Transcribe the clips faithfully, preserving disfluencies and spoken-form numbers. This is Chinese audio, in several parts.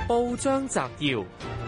報章摘要：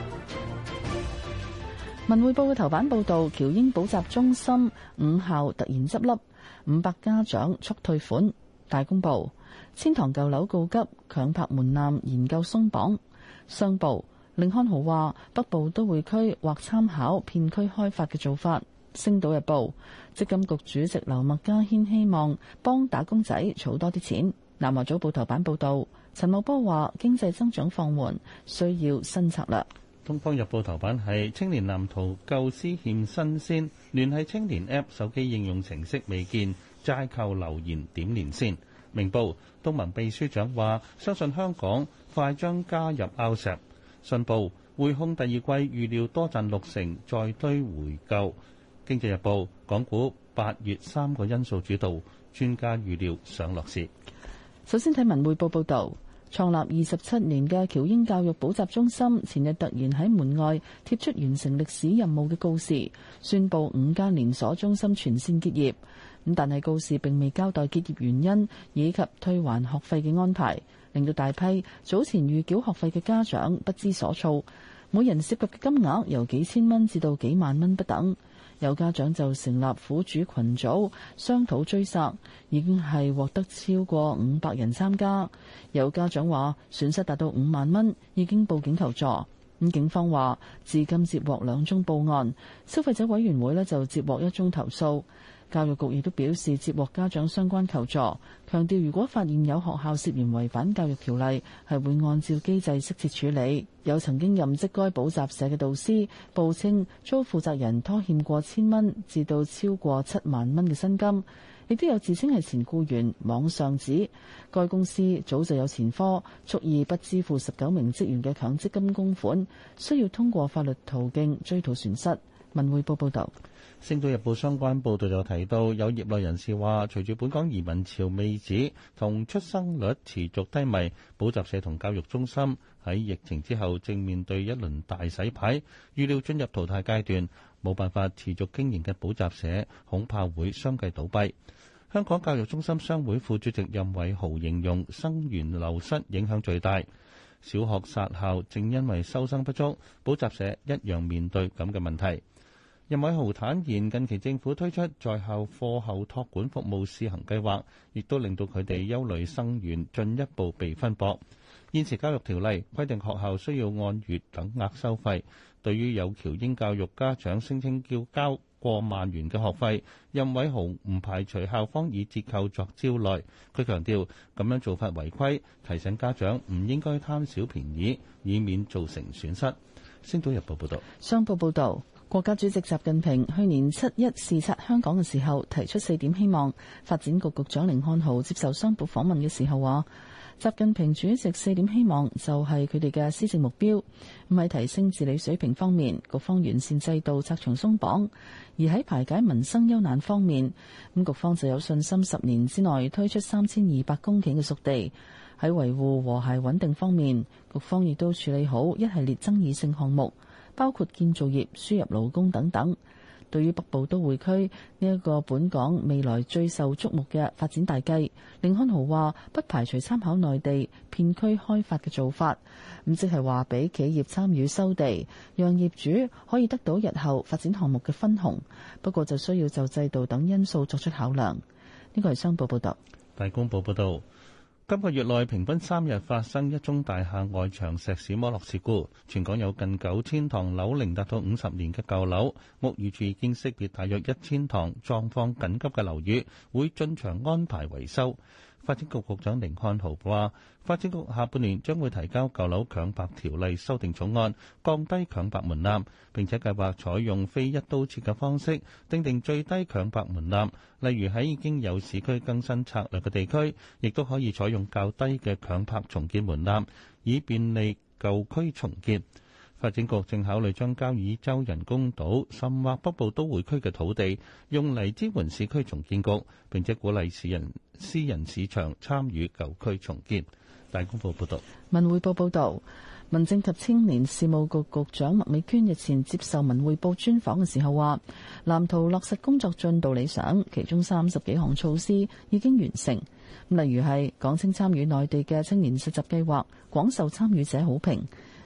文匯報嘅頭版報道，僑英補習中心五校突然執笠，五百家長速退款。大公報：千堂舊樓告急，強拍門檻研究鬆綁。商報：甯漢豪話北部都會區或參考片區開發嘅做法。星島日報：積金局主席劉麥嘉軒希望幫打工仔儲多啲錢。南華早報頭版報道，陳茂波話經濟增長放緩，需要新策略。 東方日報頭版係青年藍圖構思欠新鮮，聯繫青年 App 手機應用程式未見，齋靠留言點連線。明報：東盟秘書長話相信香港快將加入 R C E P。信報：匯控第二季預料多賺六成，再推回購。經濟日報：港股八月三個因素主導，專家預料上落市。 首先睇文匯報報導，創立二十七年嘅僑英教育補習中心，前日突然喺門外貼出完成歷史任務嘅告示，宣布五間連鎖中心全線結業。咁但係告示並未交代結業原因以及退還學費嘅安排，令到大批早前預繳學費嘅家長不知所措，每人涉及嘅金額由幾千蚊至到幾萬蚊不等。有家長就成立苦主群組商討追殺，已經係獲得超過五百人參加。有家長話損失達到五萬蚊，已經報警求助。咁警方話至今接獲兩宗報案，消費者委員會呢就接獲一宗投訴。教育局亦都表示接獲家長相關求助，強調如果發現有學校涉嫌違反教育條例，係會按照機制適切處理。有曾經任職該補習社嘅導師報稱遭負責人拖欠過千蚊至到超過七萬蚊嘅薪金，亦都有自稱係前僱員網上指該公司早就有前科，蓄意不支付十九名職員嘅強積金供款，需要通過法律途徑追討損失。文匯報報道。 《星島日報》相關報導就提到，有業內人士話，隨住本港移民潮未止同出生率持續低迷，補習社同教育中心喺疫情之後正面對一輪大洗牌，預料進入淘汰階段，冇辦法持續經營嘅補習社恐怕會相繼倒閉。香港教育中心商會副主席任偉豪形容生源流失影響最大，小學殺校正因為收生不足，補習社一樣面對咁嘅問題。任偉豪坦言，近期政府推出在校課後託管服務試行計劃，亦都令到佢哋憂慮生源進一步被分薄。現時教育條例規定學校需要按月等額收費，對於有僑英教育家長聲稱要交過萬元嘅學費，任偉豪唔排除校方以折扣作招徠。佢強調咁樣做法違規，提醒家長唔應該貪小便宜，以免造成損失。星島日報報道。 商報報導。國家主席習近平去年七一視察香港嘅時候提出四點希望。發展局局長甯漢豪接受商報訪問嘅時候話，習近平主席四點希望就係佢哋嘅施政目標。咁喺提升治理水平方面，局方完善制度，拆牆鬆綁；而喺排解民生憂難方面，咁局方就有信心十年之內推出三千二百公頃嘅熟地。喺維護和諧穩定方面，局方亦都處理好一系列爭議性項目，包括建造業、輸入勞工等等。對於北部都會區呢一個本港未來最受矚目嘅發展大計，甯漢豪話不排除參考內地片區開發嘅做法，咁即係話俾企業參與收地，讓業主可以得到日後發展項目嘅分紅。不過就需要就制度等因素作出考量。呢個係商報報道。 大公報報導。今個月內平均三日發生一宗大廈外牆石屎剝落事故，全港有近九千幢樓齡達到五十年嘅舊樓，屋宇署已經識別大約一千幢狀況緊急嘅樓宇，會進場安排維修。發展局局長甯漢豪話，發展局下半年將會提交舊樓強拍條例修訂草案，降低強拍門檻，並且計劃採用非一刀切嘅方式，訂定最低強拍門檻。例如喺已經有市區更新策略嘅地區，亦都可以採用較低嘅強拍重建門檻，以便利舊區重建。發展局正考慮將交椅洲人工島甚或北部都會區嘅土地用嚟支援市區重建局，並且鼓勵私人私人市場參與舊區重建。大公報報道。 文匯報報道，民政及青年事務局局長麥美娟日前接受文匯報專訪嘅時候話，藍圖落實工作進度理想，其中三十幾項措施已經完成。例如係港青參與內地嘅青年實習計劃，廣受參與者好評。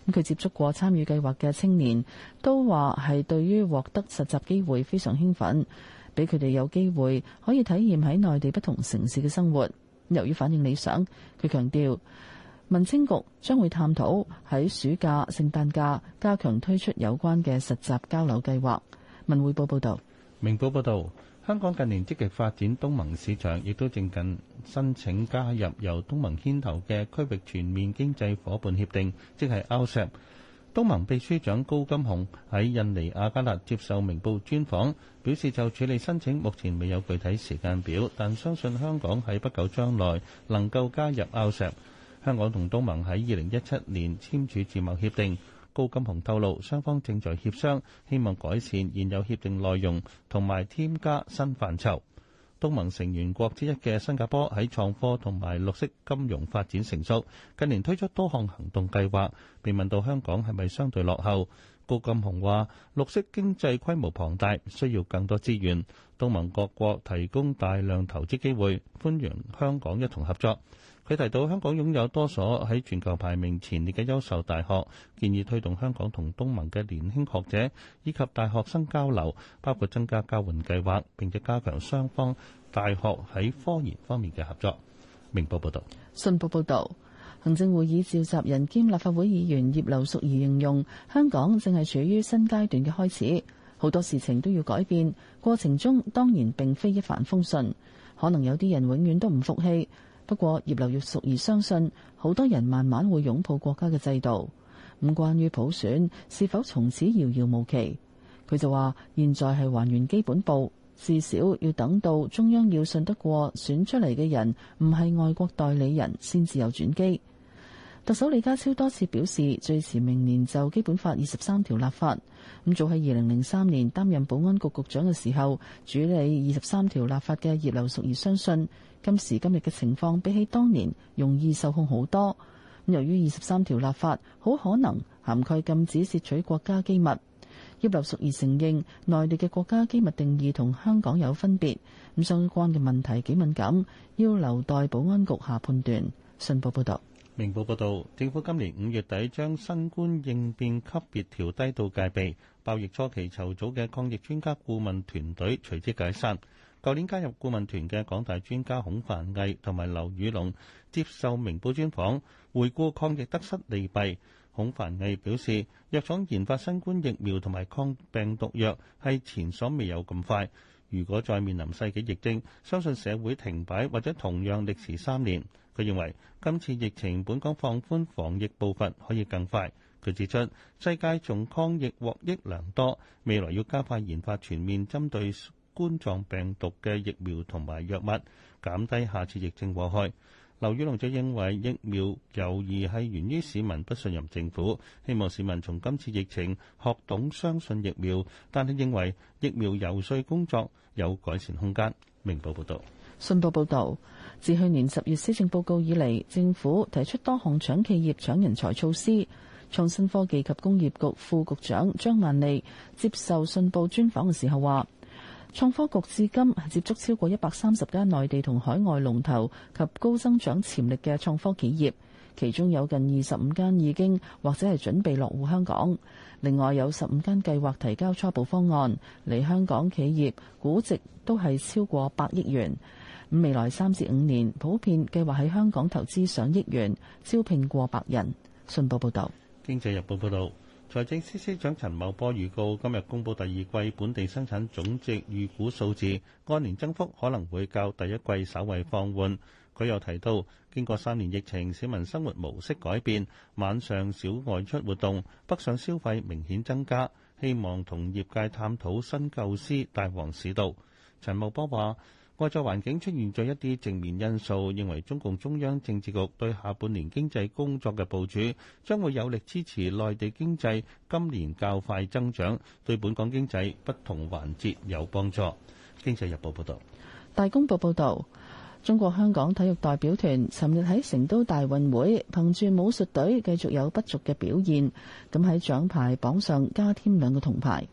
咁佢接觸過參與計劃嘅青年，都話係對於獲得實習機會非常興奮，俾佢哋有機會可以體驗喺內地不同城市嘅生活。由於反應理想，佢強調民青局將會探討喺暑假、聖誕假加強推出有關嘅實習交流計劃。文匯報報道。 明報報道，香港近年積極發展東盟市場，亦都正近申請加入由東盟牽頭嘅區域全面經濟夥伴協定，即係 R C E P。東盟秘書長高金洪喺印尼雅加達接受明報專訪，表示就處理申請目前未有具體時間表，但相信香港喺不久將來能夠加入 R C E P。香港同東盟喺二零一七年簽署自貿協定，高金洪透露雙方正在協商，希望改善現有協定內容同埋添加新範疇。東盟成員國之一嘅新加坡喺創科同埋綠色金融發展成熟，近年推出多項行動計劃。被問到香港係咪相對落後，高金洪話綠色經濟規模龐大，需要更多資源，東盟各國提供大量投資機會，歡迎香港一同合作。佢提到香港擁有多所喺全球排名前列嘅優秀大學，建議推動香港同東盟嘅年輕學者以及大學生交流，包括增加交換計劃，並且加強雙方大學喺科研方面嘅合作。明報報道。 信報報導，行政會議召集人兼立法會議員葉劉淑儀形容香港正係處於新階段嘅開始，好多事情都要改變，過程中當然並非一帆風順，可能有啲人永遠都唔服氣。不過葉劉淑儀相信，好多人慢慢會擁抱國家嘅制度。咁關於普選是否從此遙遙無期，佢就話現在係還原基本步，至少要等到中央要信得過選出嚟嘅人唔係外國代理人先至有轉機。特首李家超多次表示，最遲明年就基本法二十三條立法。咁早喺二零零三年擔任保安局局長嘅時候，主理二十三條立法嘅葉劉淑儀相信，今時今日嘅情況比起當年容易受控好多。由於二十三條立法好可能涵蓋禁止竊取國家機密，葉劉淑儀承認內地嘅國家機密定義同香港有分別，咁相關嘅問題幾敏感，要留待保安局下判斷。信報報道。 明報報導，政府今年五月底將新冠應變級別調低到戒備，爆疫初期籌組嘅抗疫專家顧問團隊隨即解散。舊年加入顧問團嘅港大專家孔繁毅同埋劉宇龍接受明報專訪，回顧抗疫得失利弊。孔繁毅表示，藥廠研發新冠疫苗同埋抗病毒藥係前所未有咁快。如果再面臨世紀疫症，相信社會停擺或者同樣歷時三年。佢認為今次疫情本港放寬防疫步伐可以更快。佢指出，世界從抗疫獲益良多，未來要加快研發全面針對冠狀病毒嘅疫苗同埋藥物，減低下次疫症禍害。劉宇龍就認為疫苗猶豫係源於市民不信任政府，希望市民從今次疫情學懂相信疫苗，但係認為疫苗游說工作有改善空間。明報報道。 信報報導，自去年十月施政報告以嚟，政府提出多項搶企業、搶人才措施。創新科技及工業局副局長張萬利接受信報專訪嘅時候話，創科局至今接觸超過一百三十間內地同海外龍頭及高增長潛力嘅創科企業，其中有近二十五間已經或者係準備落戶香港，另外有十五間計劃提交初步方案，嚟香港企業估值都係超過百億元。咁未來三至五年，普遍計劃喺香港投資上億元，招聘過百人。信報報道。 經濟日報報導，財政司司長陳茂波預告，今日公布第二季本地生產總值預估數字，按年增幅可能會較第一季稍為放緩。佢又提到，經過三年疫情，市民生活模式改變，晚上少外出活動，北上消費明顯增加，希望同業界探討新構思，帶旺市道。陳茂波話，外在環境出現咗一啲正面因素，認為中共中央政治局對下半年經濟工作嘅部署將會有力支持內地經濟今年較快增長，對本港經濟不同環節有幫助。經濟日報報道。 大公報報道，中國香港體育代表團尋日喺成都大運會憑住武術隊繼續有不俗嘅表現，咁喺獎牌榜上加添兩個銅牌。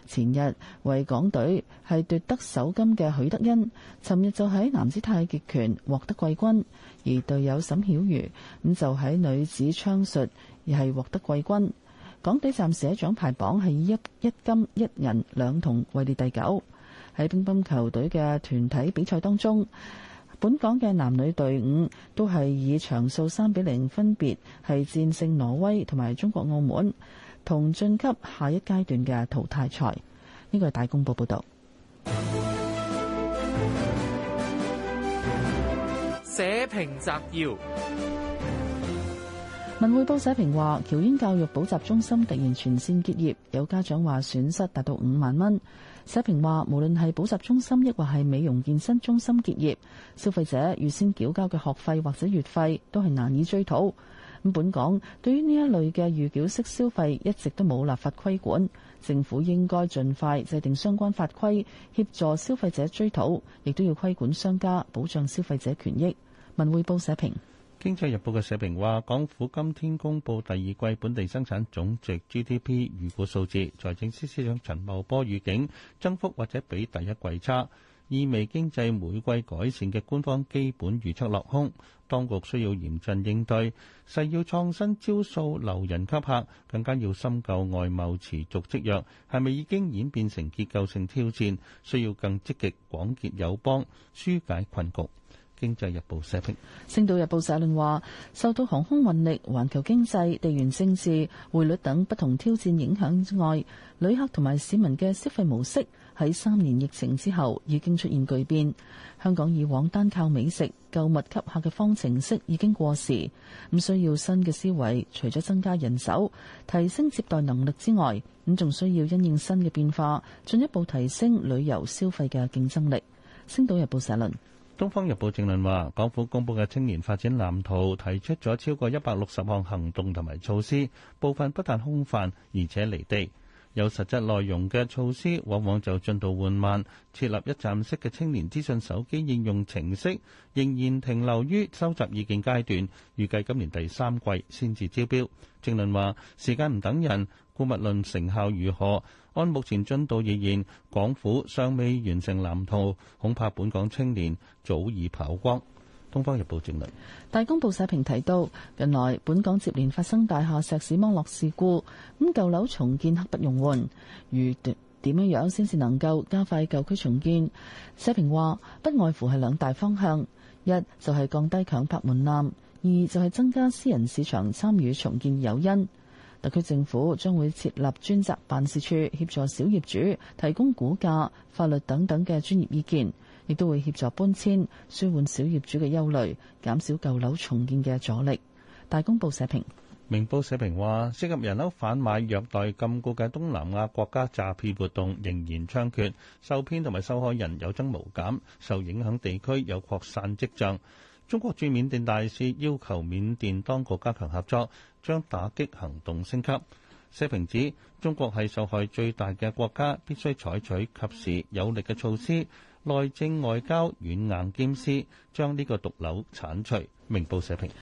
前日為港隊係奪得首金嘅許德恩，尋日就喺男子太極拳獲得季軍，而隊友沈曉瑜咁就喺女子槍術亦係獲得季軍。港隊暫時喺獎牌榜係以一一金一銀兩銅位列第九。喺乒乓球隊嘅團體比賽當中，本港嘅男女隊伍都係以場數三比零分別係戰勝挪威同埋中國澳門，同晉級下一階段嘅淘汰賽。呢個係大公報報導。 社評摘要。 文匯報社評話，僑英教育補習中心突然全線結業，有家長話損失達到五萬蚊。社評話，無論係補習中心抑或係美容健身中心結業，消費者預先繳交嘅學費或者月費都係難以追討。咁本港對於呢一類嘅預繳式消費一直都冇立法規管，政府應該盡快制定相關法規，協助消費者追討，亦都要規管商家，保障消費者權益。文匯報社評。 《經濟日報》嘅社評話，港府今天公布第二季本地生產總值 G D P 預估數字，財政司司長陳茂波預警增幅或者比第一季差，意味經濟每季改善嘅官方基本預測落空。當局需要嚴陣應對，誓要創新招數留人吸客，更加要深究外貿持續積弱係咪已經演變成結構性挑戰，需要更積極廣結友邦，紓解困局。經濟日報社評。 星島日報社論話，受到航空運力、環球經濟、地緣政治、匯率等不同挑戰影響之外，旅客同埋市民嘅消費模式喺三年疫情之後已經出現巨變。香港以往單靠美食、購物吸客嘅方程式已經過時，咁需要新嘅思維，除咗增加人手、提升接待能力之外，咁仲需要因應新嘅變化，進一步提升旅遊消費嘅競爭力。星島日報社論。 《東方日報》正論話，港府公布嘅青年發展藍圖提出咗超過一百六十項行動同埋措施，部分不但空泛，而且離地。有實質內容嘅措施，往往就進度緩慢。設立一站式嘅青年資訊手機應用程式，仍然停留於收集意見階段，預計今年第三季先至招標。正論話，時間唔等人，故勿論成效如何。按目前進度而言，港府尚未完成藍圖，恐怕本港青年早已跑光。《東方日報》正論。 大公報社評提到，近來本港接連發生大廈石屎剝落事故，咁舊樓重建刻不容緩。如點樣樣先至能夠加快舊區重建？社評話，不外乎係兩大方向，一就係降低強拍門檻，二就係增加私人市場參與重建誘因。特區政府將會設立專責辦事處，協助小業主提供估價、法律等等嘅專業意見，亦都會協助搬遷，舒緩小業主嘅憂慮，減少舊樓重建嘅阻力。大公報社評。 明報社評話，涉及人口販賣、虐待禁錮嘅東南亞國家詐騙活動仍然猖獗，受騙同埋受害人有增無減，受影響地區有擴散跡象。中國駐緬甸大使要求緬甸當局加強合作，將打擊行動升級。社評指，中國係受害最大嘅國家，必須採取及時有力嘅措施，內政外交軟硬兼施，將呢個毒瘤剷除。明報社評。